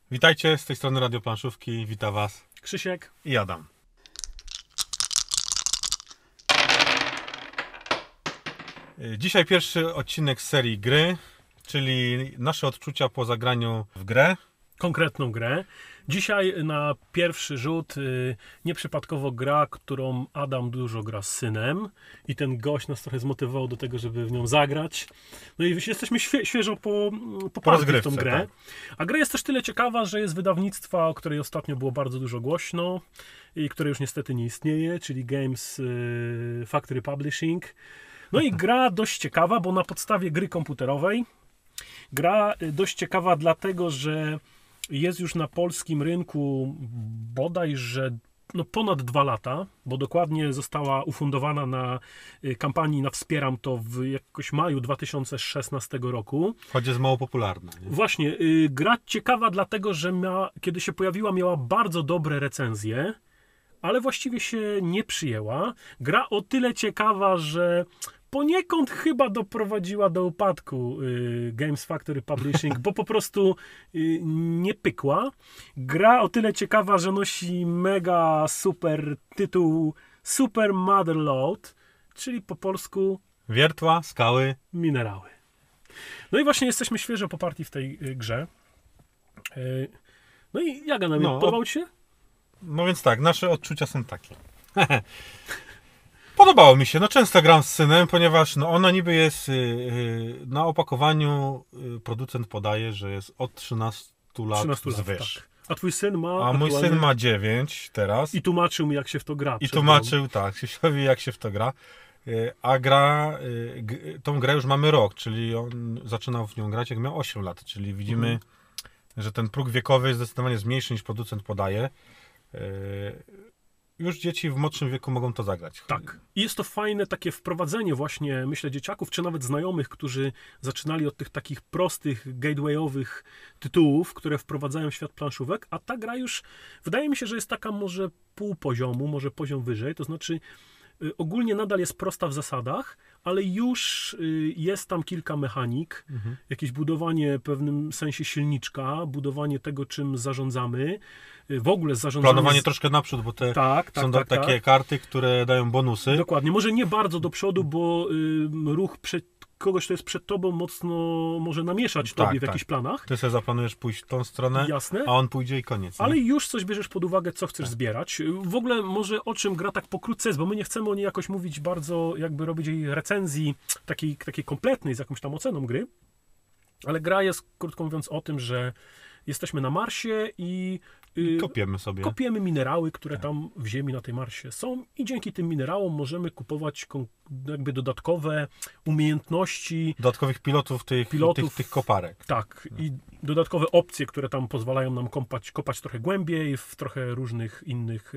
Witajcie, z tej strony Radio Planszówki, wita Was Krzysiek i Adam. Dzisiaj pierwszy odcinek z serii gry, czyli nasze odczucia po zagraniu w grę. konkretną grę. Dzisiaj na pierwszy rzut nieprzypadkowo gra, którą Adam dużo gra z synem i ten gość nas trochę zmotywował do tego, żeby w nią zagrać. No i jesteśmy świeżo po w tą grę. Tak. A gra jest też tyle ciekawa, że jest wydawnictwa, o której ostatnio było bardzo dużo głośno i które już niestety nie istnieje, czyli Games Factory Publishing. No i gra dość ciekawa, bo na podstawie gry komputerowej. Gra dość ciekawa dlatego, że jest już na polskim rynku bodajże ponad 2 lata, bo dokładnie została ufundowana na kampanii na Wspieram to w jakoś maju 2016 roku. Choć jest mało popularna. Nie? Właśnie, gra ciekawa dlatego, że kiedy się pojawiła, miała bardzo dobre recenzje, ale właściwie się nie przyjęła. Gra o tyle ciekawa, że poniekąd chyba doprowadziła do upadku Games Factory Publishing, bo po prostu nie pykła. Gra o tyle ciekawa, że nosi mega super tytuł Super Motherlode, czyli po polsku Wiertła, skały. minerały. No i właśnie jesteśmy świeżo po partii w tej grze. No i jak na mnie, podobał Ci się? No więc tak, nasze odczucia są takie. Podobało mi się, często gram z synem, ponieważ ona niby jest na opakowaniu, producent podaje, że jest od 13 lat wzwyż. Tak. A twój syn ma A mój syn ma 9 teraz. I tłumaczył mi, jak się w to gra. I tłumaczył, tak, Krzysiowi, jak się w to gra. A tą grę już mamy rok, czyli on zaczynał w nią grać, jak miał 8 lat, czyli widzimy, że ten próg wiekowy zdecydowanie jest mniejszy, niż producent podaje. Już dzieci w młodszym wieku mogą to zagrać. Tak. I jest to fajne takie wprowadzenie właśnie, myślę, dzieciaków, czy nawet znajomych, którzy zaczynali od tych takich prostych, gatewayowych tytułów, które wprowadzają w świat planszówek, a ta gra już, wydaje mi się, że jest taka może pół poziomu, może poziom wyżej, to znaczy ogólnie nadal jest prosta w zasadach, ale już jest tam kilka mechanik, jakieś budowanie w pewnym sensie silniczka, budowanie tego, czym zarządzamy, w ogóle zarządzanie... Planowanie troszkę naprzód, bo te są takie karty, które dają bonusy. Dokładnie, może nie bardzo do przodu, bo ruch kogoś, kto jest przed tobą, mocno może namieszać tobie w jakichś planach. Ty sobie zaplanujesz pójść w tą stronę, jasne, a on pójdzie i koniec. Ale już coś bierzesz pod uwagę, co chcesz zbierać. W ogóle może o czym gra tak pokrótce jest, bo my nie chcemy o niej jakoś mówić bardzo, jakby robić jej recenzji takiej kompletnej, z jakąś tam oceną gry, ale gra jest, krótko mówiąc, o tym, że jesteśmy na Marsie i kopiemy minerały, które tam w ziemi na tej Marsie są i dzięki tym minerałom możemy kupować jakby dodatkowe umiejętności. Dodatkowych pilotów tych koparek. Tak, i dodatkowe opcje, które tam pozwalają nam kopać trochę głębiej, w trochę różnych innych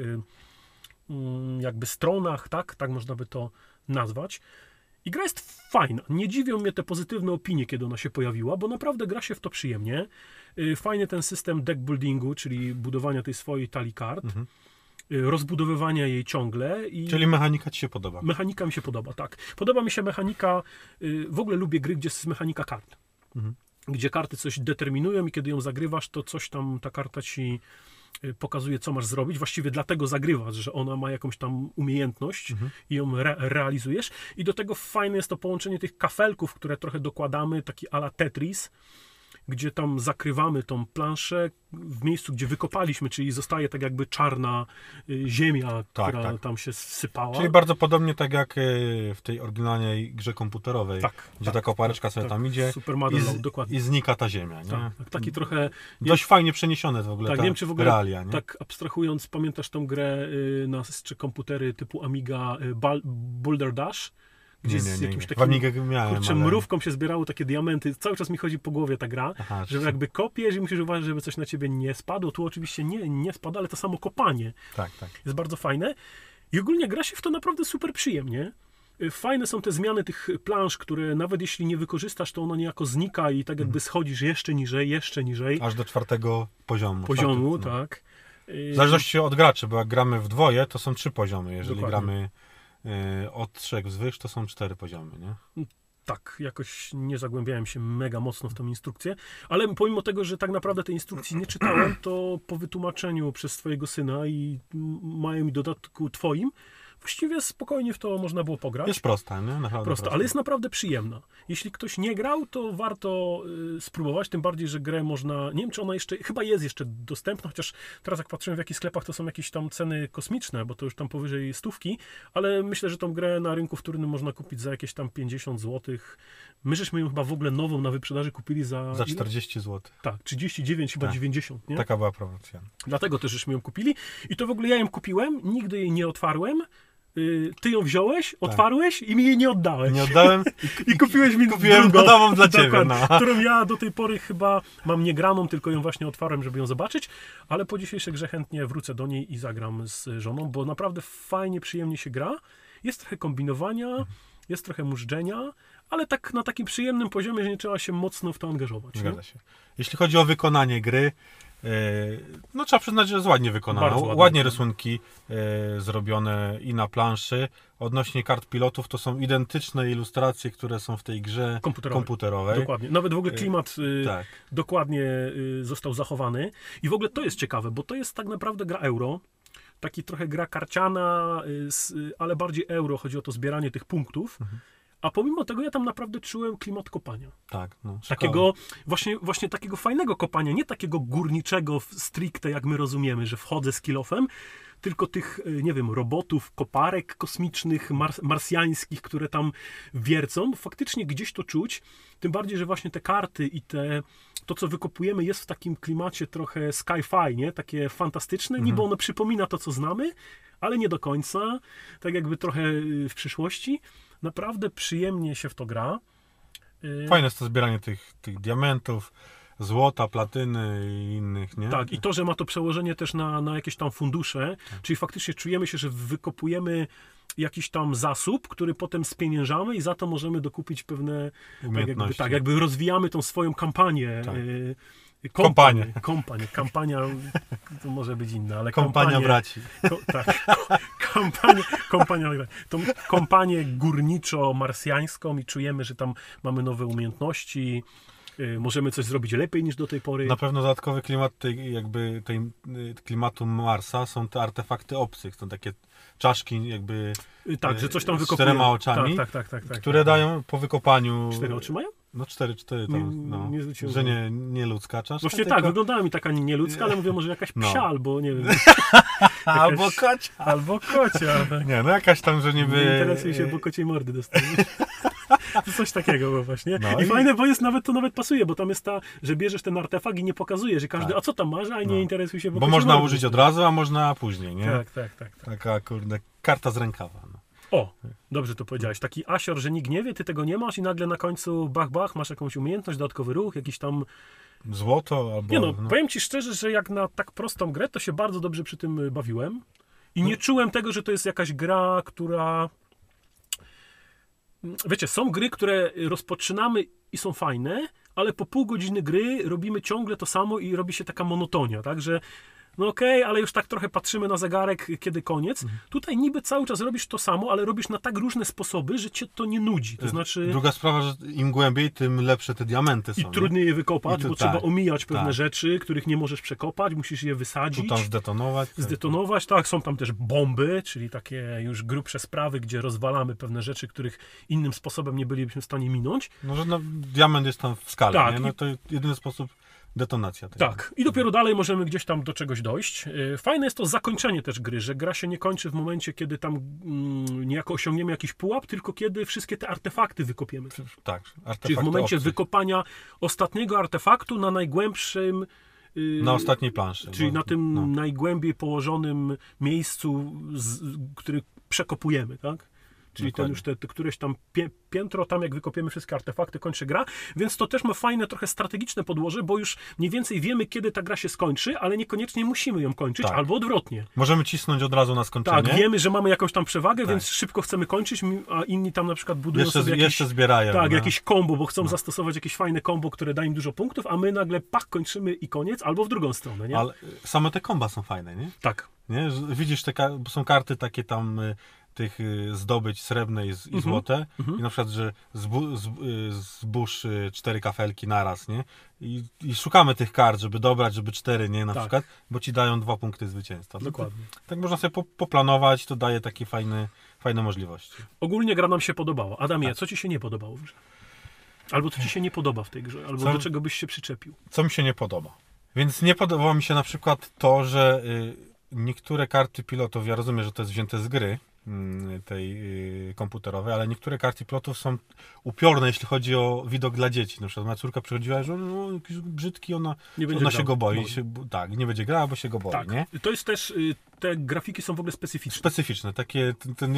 jakby stronach, tak można by to nazwać. I gra jest fajna. Nie dziwią mnie te pozytywne opinie, kiedy ona się pojawiła, bo naprawdę gra się w to przyjemnie. Fajny ten system deck buildingu, czyli budowania tej swojej talii kart, rozbudowywania jej ciągle. Czyli mechanika Ci się podoba? Mechanika mi się podoba, tak. Podoba mi się mechanika, w ogóle lubię gry, gdzie jest mechanika kart. Gdzie karty coś determinują i kiedy ją zagrywasz, to coś tam ta karta Ci pokazuje, co masz zrobić. Właściwie dlatego zagrywasz, że ona ma jakąś tam umiejętność i ją realizujesz. I do tego fajne jest to połączenie tych kafelków, które trochę dokładamy, taki à la Tetris, gdzie tam zakrywamy tą planszę w miejscu, gdzie wykopaliśmy, czyli zostaje tak jakby czarna ziemia, która tam się wsypała. Czyli bardzo podobnie tak jak w tej oryginalnej grze komputerowej, gdzie ta kopareczka sobie tam idzie i znika ta ziemia. Nie? Taki trochę... Dość fajnie przeniesione w ogóle nie wiem, czy w ogóle realia. Nie? Tak abstrahując, pamiętasz tą grę na komputery typu Amiga Boulder Dash? Gdzie z jakimś takim mrówką się zbierały takie diamenty. Cały czas mi chodzi po głowie ta gra, że jakby kopiesz i musisz uważać, żeby coś na ciebie nie spadło. Tu oczywiście nie spada, ale to samo kopanie jest bardzo fajne. I ogólnie gra się w to naprawdę super przyjemnie. Fajne są te zmiany tych plansz, które nawet jeśli nie wykorzystasz, to ona niejako znika i tak jakby schodzisz jeszcze niżej. Aż do 4. poziomu. Tak. W zależności od graczy, bo jak gramy w dwoje, to są 3 poziomy. Jeżeli gramy od 3 wzwyż, to są 4 poziomy, nie? Tak, jakoś nie zagłębiałem się mega mocno w tą instrukcję, ale pomimo tego, że tak naprawdę tej instrukcji nie czytałem, to po wytłumaczeniu przez twojego syna i mają i dodatku twoim, właściwie spokojnie w to można było pograć. Jest prosta, nie? Naprawdę Prosta, ale jest naprawdę przyjemna. Jeśli ktoś nie grał, to warto spróbować, tym bardziej, że grę można, nie wiem czy ona jeszcze, chyba jest jeszcze dostępna, chociaż teraz jak patrzyłem w jakich sklepach, to są jakieś tam ceny kosmiczne, bo to już tam powyżej 100, ale myślę, że tą grę na rynku wtórnym można kupić za jakieś tam 50 zł. My żeśmy ją chyba w ogóle nową na wyprzedaży kupili za 40 zł. Tak, 39, chyba Tak. 90, nie? Taka była promocja. Dlatego też żeśmy ją kupili i to w ogóle ja ją kupiłem, nigdy jej nie otwarłem. Ty ją wziąłeś, otwarłeś i mi jej nie oddałeś. Nie oddałem I kupiłeś mi kupiłem drugą. nową dla ciebie. Dokładnie, No. którą ja do tej pory chyba mam niegraną, tylko ją właśnie otwarłem, żeby ją zobaczyć, ale po dzisiejszej grze chętnie wrócę do niej i zagram z żoną, bo naprawdę fajnie, przyjemnie się gra. Jest trochę kombinowania, jest trochę mużdżenia, ale tak na takim przyjemnym poziomie, że nie trzeba się mocno w to angażować. Nie? Zgadza się. Jeśli chodzi o wykonanie gry, no trzeba przyznać, że jest ładnie wykonana. Bardzo ładnie. Ładnie rysunki zrobione i na planszy. Odnośnie kart pilotów, to są identyczne ilustracje, które są w tej grze komputerowej. Dokładnie. Nawet w ogóle klimat Tak. dokładnie został zachowany. I w ogóle to jest ciekawe, bo to jest tak naprawdę gra euro. Taki trochę gra karciana, ale bardziej euro. Chodzi o to zbieranie tych punktów. A pomimo tego ja tam naprawdę czułem klimat kopania. Tak, no, Takiego, właśnie takiego fajnego kopania, nie takiego górniczego stricte, jak my rozumiemy, że wchodzę z kilofem, tylko tych, nie wiem, robotów, koparek kosmicznych, marsjańskich, które tam wiercą. Faktycznie gdzieś to czuć, tym bardziej, że właśnie te karty i to, co wykopujemy, jest w takim klimacie trochę sci-fi, nie? Takie fantastyczne, niby ono przypomina to, co znamy, ale nie do końca, tak jakby trochę w przyszłości. Naprawdę przyjemnie się w to gra. Fajne jest to zbieranie tych diamentów, złota, platyny i innych, nie? Tak, i to, że ma to przełożenie też na jakieś tam fundusze, czyli faktycznie czujemy się, że wykopujemy jakiś tam zasób, który potem spieniężamy i za to możemy dokupić pewne Umiejętności. jakby rozwijamy tą swoją kampanię. Tak. Kampania to może być inna, ale Kompania braci. Tak, kompania, tą kompanię górniczo-marsjańską i czujemy, że tam mamy nowe umiejętności, możemy coś zrobić lepiej niż do tej pory. Na pewno dodatkowy klimat klimatu Marsa są te artefakty obcych, są takie czaszki jakby tak, że coś tam z wykopują. 4 oczami, tak, które dają po wykopaniu... 4 oczy mają? No 4 tam, no. Nie zwróciłem Że nie ludzka czaszka. Właściwie tylko... tak, wyglądała mi taka nieludzka, ale mówię, może jakaś psia, albo nie wiem. Albo kocia. Albo kocia. Tak. Nie, no jakaś tam, że niby... Nie interesuje się, bo kociej mordy dostaniesz. To coś takiego było właśnie. No I fajne, bo to nawet pasuje, bo tam jest że bierzesz ten artefakt i nie pokazujesz, że każdy, tak. A co tam masz, a nie interesuje się, bo można użyć od razu, a można później, nie? Tak. Taka, kurde, karta z rękawa. No. O, dobrze to powiedziałeś. Taki asior, że nikt nie wie, ty tego nie masz i nagle na końcu bach, masz jakąś umiejętność, dodatkowy ruch, jakiś tam... Złoto albo... Nie no, powiem ci szczerze, że jak na tak prostą grę, to się bardzo dobrze przy tym bawiłem i nie czułem tego, że to jest jakaś gra, która... Wiecie, są gry, które rozpoczynamy i są fajne, ale po pół godziny gry robimy ciągle to samo i robi się taka monotonia, tak, że no okej, ale już tak trochę patrzymy na zegarek, kiedy koniec. Tutaj niby cały czas robisz to samo, ale robisz na tak różne sposoby, że cię to nie nudzi. To znaczy... Druga sprawa, że im głębiej, tym lepsze te diamenty są. I trudniej je wykopać, bo trzeba omijać pewne tak. rzeczy, których nie możesz przekopać, musisz je wysadzić. Tu tam zdetonować. Tak. Są tam też bomby, czyli takie już grubsze sprawy, gdzie rozwalamy pewne rzeczy, których innym sposobem nie bylibyśmy w stanie minąć. No, że diament jest tam w skale, tak, nie? No to jedyny sposób detonacja. Tak. I dopiero dalej możemy gdzieś tam do czegoś dojść. Fajne jest to zakończenie też gry, że gra się nie kończy w momencie, kiedy tam niejako osiągniemy jakiś pułap, tylko kiedy wszystkie te artefakty wykopiemy. Tak. Czyli w momencie wykopania ostatniego artefaktu na najgłębszym... Na ostatniej planszy. Czyli na tym najgłębiej położonym miejscu, który przekopujemy, tak? Czyli ten już któreś tam piętro, tam jak wykopiemy wszystkie artefakty, kończy gra, więc to też ma fajne, trochę strategiczne podłoże, bo już mniej więcej wiemy, kiedy ta gra się skończy, ale niekoniecznie musimy ją kończyć, albo odwrotnie. Możemy cisnąć od razu na skończenie. Tak, wiemy, że mamy jakąś tam przewagę, więc szybko chcemy kończyć, a inni tam na przykład budują sobie jeszcze zbierają. Tak, jakieś kombo, bo chcą zastosować jakieś fajne kombo, które da im dużo punktów, a my nagle kończymy i koniec, albo w drugą stronę, nie? Ale same te komba są fajne, nie? Tak. Nie? Widzisz, są karty takie tam tych zdobyć srebrne i złote i na przykład, że zbóż 4 kafelki naraz, nie? I szukamy tych kart, żeby dobrać, żeby 4, nie? Na przykład, bo ci dają 2 punkty zwycięstwa. Dokładnie. Tak można sobie poplanować, to daje takie fajne możliwości. Ogólnie gra nam się podobała. Adamie, co ci się nie podobało w grze? Albo co ci się nie podoba w tej grze? Albo do czego byś się przyczepił? Co mi się nie podoba? Więc nie podobało mi się na przykład to, że niektóre karty pilotów, ja rozumiem, że to jest wzięte z gry tej komputerowej, ale niektóre karty pilotów są upiorne, jeśli chodzi o widok dla dzieci. Na przykład moja córka przychodziła, że no, jakiś brzydki, ona się go boi. Tak, nie będzie grała, bo się go boi, tak. Nie? To jest też, te grafiki są w ogóle specyficzne. Specyficzne, takie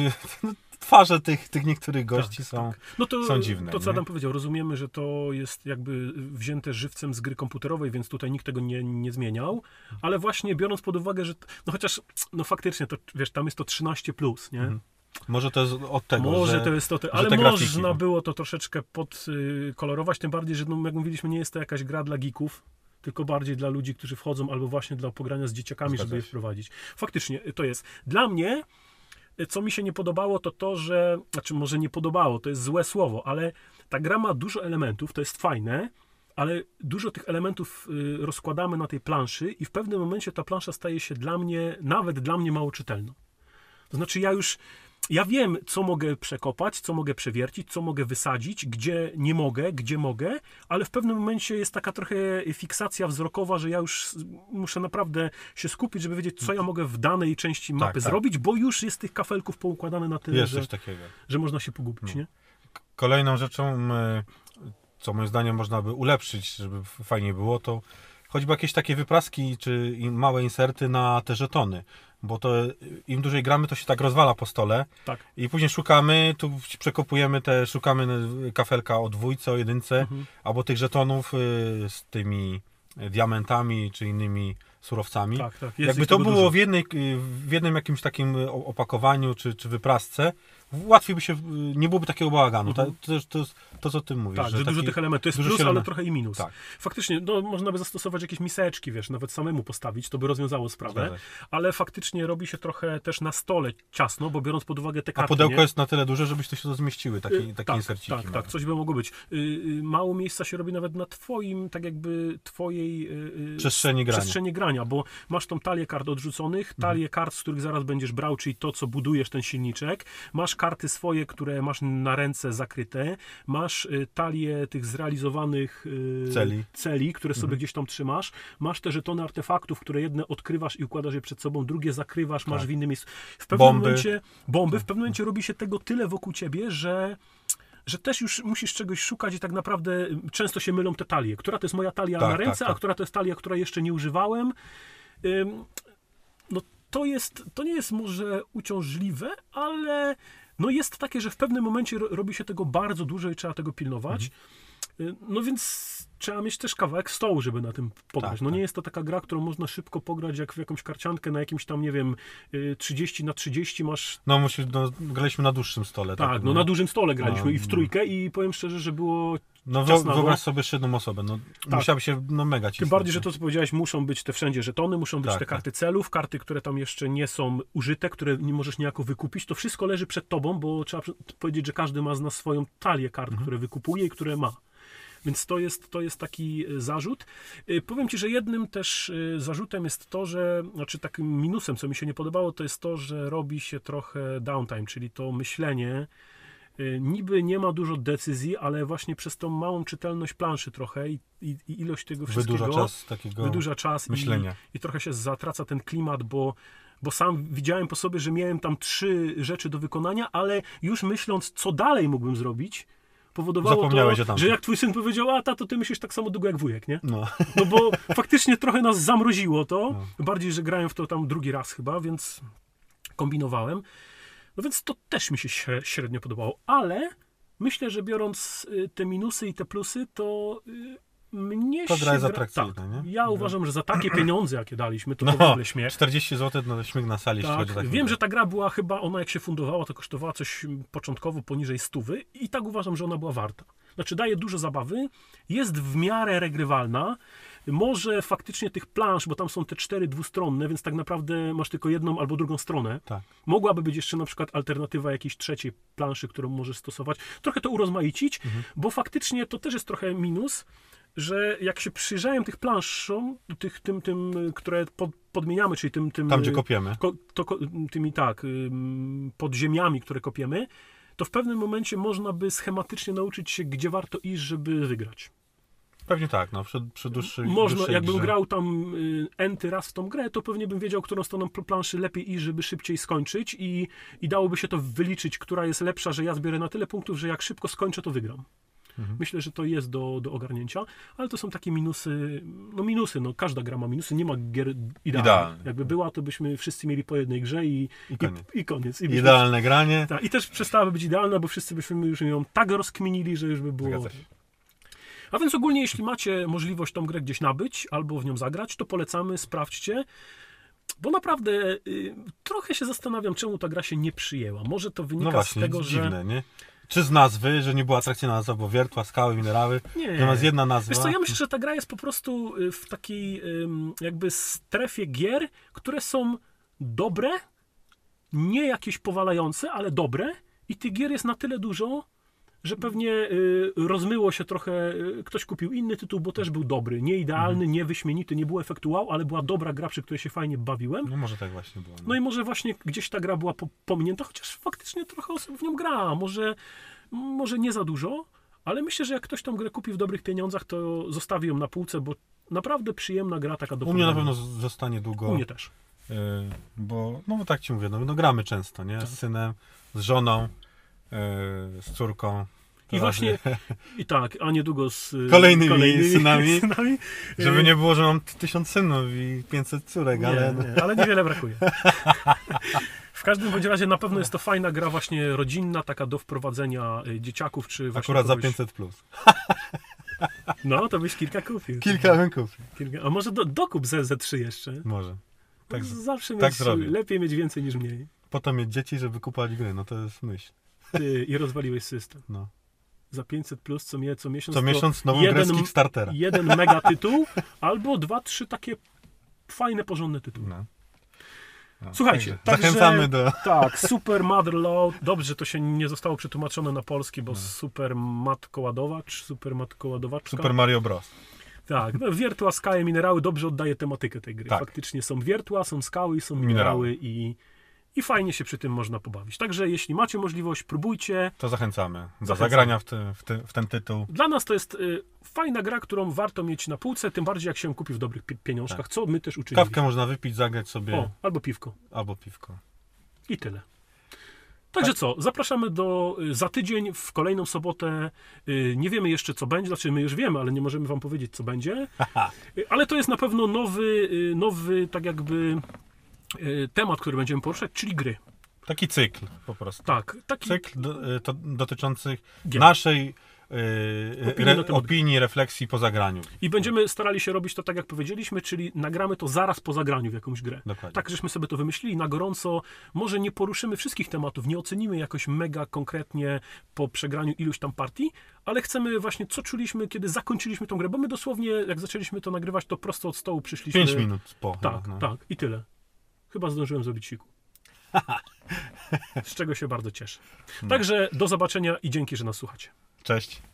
twarze tych niektórych gości są dziwne. To, co Adam powiedział, rozumiemy, że to jest jakby wzięte żywcem z gry komputerowej, więc tutaj nikt tego nie zmieniał, ale właśnie biorąc pod uwagę, że chociaż faktycznie, to wiesz, tam jest to 13+, nie? Może to jest od tego, może to jest ale te grafiki, można było to troszeczkę podkolorować, tym bardziej, że jak mówiliśmy, nie jest to jakaś gra dla geeków, tylko bardziej dla ludzi, którzy wchodzą, albo właśnie dla pogrania z dzieciakami, żeby je wprowadzić. Faktycznie, to jest. Dla mnie, co mi się nie podobało, to że, może nie podobało, to jest złe słowo, ale ta gra ma dużo elementów, to jest fajne, ale dużo tych elementów rozkładamy na tej planszy i w pewnym momencie ta plansza staje się nawet dla mnie mało czytelna. To znaczy ja wiem, co mogę przekopać, co mogę przewiercić, co mogę wysadzić, gdzie nie mogę, gdzie mogę, ale w pewnym momencie jest taka trochę fiksacja wzrokowa, że ja już muszę naprawdę się skupić, żeby wiedzieć, co ja mogę w danej części mapy zrobić, bo już jest tych kafelków poukładane na tyle, że można się pogubić. Nie? Kolejną rzeczą, co moim zdaniem można by ulepszyć, żeby fajnie było, to choćby jakieś takie wypraski czy małe inserty na te żetony. Bo to im dłużej gramy, to się tak rozwala po stole. Tak. I później szukamy, tu przekopujemy szukamy kafelka o 2, o 1, albo tych żetonów z tymi diamentami czy innymi surowcami. Tak. Jakby to było w jednym jakimś takim opakowaniu czy wyprasce, łatwiej by się, nie byłoby takiego bałaganu. To jest to, co ty mówisz. Tak, że dużo tych elementów. To jest plus, ale trochę i minus. Tak. Faktycznie, można by zastosować jakieś miseczki, wiesz, nawet samemu postawić, to by rozwiązało sprawę, ale faktycznie robi się trochę też na stole ciasno, bo biorąc pod uwagę te karty... A pudełko jest na tyle duże, żebyś to się zmieściły, takie inserciki. Tak, coś by mogło być. Mało miejsca się robi nawet na twojej przestrzeni grania, bo masz tą talię kart odrzuconych, talię kart, z których zaraz będziesz brał, czyli to, co budujesz ten silniczek, masz karty swoje, które masz na ręce zakryte, masz talię tych zrealizowanych celi, które sobie gdzieś tam trzymasz, masz te żetony artefaktów, które jedne odkrywasz i układasz je przed sobą, drugie zakrywasz, masz w innym miejscu. W pewnym momencie robi się tego tyle wokół ciebie, że też już musisz czegoś szukać i tak naprawdę często się mylą te talie. Która to jest moja talia na ręce, a która to jest talia, która jeszcze nie używałem. To nie jest może uciążliwe, ale jest takie, że w pewnym momencie robi się tego bardzo dużo i trzeba tego pilnować. Więc trzeba mieć też kawałek stołu, żeby na tym pograć. Nie jest to taka gra, którą można szybko pograć jak w jakąś karciankę na jakimś tam, 30x30 masz... graliśmy na dłuższym stole. Na dużym stole graliśmy i w trójkę i powiem szczerze, że było ciasnawo. Wyobraź sobie jeszcze jedną osobę. Musiałaby się mega cisnąć. Tym bardziej, że to, co powiedziałeś, muszą być te wszędzie żetony, muszą być te karty celów, karty, które tam jeszcze nie są użyte, które nie możesz niejako wykupić. To wszystko leży przed tobą, bo trzeba powiedzieć, że każdy ma z nas swoją talię kart, które wykupuje i które ma. Więc to jest taki zarzut. Powiem ci, że jednym też zarzutem jest to, że, takim minusem, co mi się nie podobało, to jest to, że robi się trochę downtime, czyli to myślenie. Niby nie ma dużo decyzji, ale właśnie przez tą małą czytelność planszy trochę i ilość tego wszystkiego wydłuża czas myślenia. I trochę się zatraca ten klimat, bo sam widziałem po sobie, że miałem tam 3 rzeczy do wykonania, ale już myśląc, co dalej mógłbym zrobić, powodowało to, że jak twój syn powiedział, tato, ty myślisz tak samo długo jak wujek, nie? No bo faktycznie trochę nas zamroziło to, bardziej, że grałem w to tam drugi raz chyba, więc kombinowałem. Więc to też mi się średnio podobało, ale myślę, że biorąc te minusy i te plusy, to mnie to gra jest atrakcyjna, nie? Ja uważam, że za takie pieniądze, jakie daliśmy, to w ogóle śmiech. 40 zł na śmiech na sali. Wiem, że ta gra była chyba, ona jak się fundowała, to kosztowała coś początkowo poniżej 100 i tak uważam, że ona była warta. Daje dużo zabawy, jest w miarę regrywalna. Może faktycznie tych plansz, bo tam są te 4 dwustronne, więc tak naprawdę masz tylko jedną albo drugą stronę. Tak. Mogłaby być jeszcze na przykład alternatywa jakiejś trzeciej planszy, którą możesz stosować. Trochę to urozmaicić, bo faktycznie to też jest trochę minus, że jak się przyjrzałem tych planszom, które podmieniamy, czyli Tam, gdzie kopiemy. Tymi podziemiami, które kopiemy, to w pewnym momencie można by schematycznie nauczyć się, gdzie warto iść, żeby wygrać. Pewnie tak, no, przy dłuższej Jakbym grze. grał tam enty raz w tą grę, to pewnie bym wiedział, którą stroną planszy lepiej iść, żeby szybciej skończyć i dałoby się to wyliczyć, która jest lepsza, że ja zbiorę na tyle punktów, że jak szybko skończę, to wygram. Myślę, że to jest do ogarnięcia, ale to są takie minusy, każda gra ma minusy, nie ma gier idealnych. Jakby była, to byśmy wszyscy mieli po jednej grze i koniec. Idealne granie. I też przestałaby być idealna, bo wszyscy byśmy już ją tak rozkminili, że już by było... A więc ogólnie, jeśli macie możliwość tą grę gdzieś nabyć albo w nią zagrać, to polecamy, sprawdźcie, bo naprawdę trochę się zastanawiam, czemu ta gra się nie przyjęła. Może to wynika z tego, że... Dziwne, nie? Czy z nazwy, że nie była atrakcyjna nazwa, bo wiertła, skały, minerały, zamiast jedna nazwa. Wiesz co, ja myślę, że ta gra jest po prostu w takiej jakby strefie gier, które są dobre, nie jakieś powalające, ale dobre i tych gier jest na tyle dużo, że pewnie rozmyło się trochę, ktoś kupił inny tytuł, bo też był dobry, nie idealny, nie wyśmienity, nie był efektu wow, ale była dobra gra, przy której się fajnie bawiłem. No może tak właśnie było. No i może właśnie gdzieś ta gra była pominięta, chociaż faktycznie trochę osób w nią gra, może nie za dużo, ale myślę, że jak ktoś tą grę kupi w dobrych pieniądzach, to zostawi ją na półce, bo naprawdę przyjemna gra taka do U mnie na pewno zostanie długo. U mnie też. Bo tak ci mówię, no gramy często, nie? Z synem, z żoną, z córką. I właśnie, a niedługo z kolejnymi synami, żeby nie było, że mam 1000 synów i 500 córek, ale niewiele brakuje. W każdym bądź razie na pewno jest to fajna gra właśnie rodzinna, taka do wprowadzenia dzieciaków, czy właśnie akurat za 500 plus. No, to byś kilka kupił. Kilka bym kupił. A może dokup Z3 jeszcze? Może. Tak, zawsze zrobię. Lepiej mieć więcej niż mniej. Potem mieć dzieci, żeby kupować gry, no to jest myśl. I rozwaliłeś system. No. Za 500 plus co miesiąc. Co miesiąc nową grę z Kickstartera. Jeden mega tytuł, albo 2-3 takie fajne, porządne tytuły. No. Słuchajcie, zachęcamy do... Tak, Super Motherload. Dobrze, że to się nie zostało przetłumaczone na polski, bo Super Matkoładowacz, Super Mario Bros. Tak, wiertła, skały, minerały dobrze oddaje tematykę tej gry. Tak. Faktycznie są wiertła, są skały, są minerały i fajnie się przy tym można pobawić. Także jeśli macie możliwość, próbujcie. To zachęcamy do zagrania w ten tytuł. Dla nas to jest fajna gra, którą warto mieć na półce, tym bardziej jak się ją kupi w dobrych pieniążkach, co my też uczyniliśmy. Kawkę można wypić, zagrać sobie. Albo piwko. I tyle. Także co, zapraszamy za tydzień, w kolejną sobotę. Nie wiemy jeszcze, co będzie, znaczy my już wiemy, ale nie możemy wam powiedzieć, co będzie. Ale to jest na pewno nowy tak jakby temat, który będziemy poruszać, czyli gry. Taki cykl po prostu. Tak. Cykl dotyczący naszej opinii, refleksji po zagraniu. I będziemy starali się robić to tak, jak powiedzieliśmy, czyli nagramy to zaraz po zagraniu w jakąś grę. Dokładnie. Tak, żeśmy sobie to wymyślili na gorąco. Może nie poruszymy wszystkich tematów, nie ocenimy jakoś mega konkretnie po przegraniu iluś tam partii, ale chcemy właśnie, co czuliśmy, kiedy zakończyliśmy tą grę, bo my dosłownie, jak zaczęliśmy to nagrywać, to prosto od stołu przyszliśmy. 5 minut po. Tak, i tyle. Chyba zdążyłem zrobić siku. Z czego się bardzo cieszę. Także do zobaczenia i dzięki, że nas słuchacie. Cześć.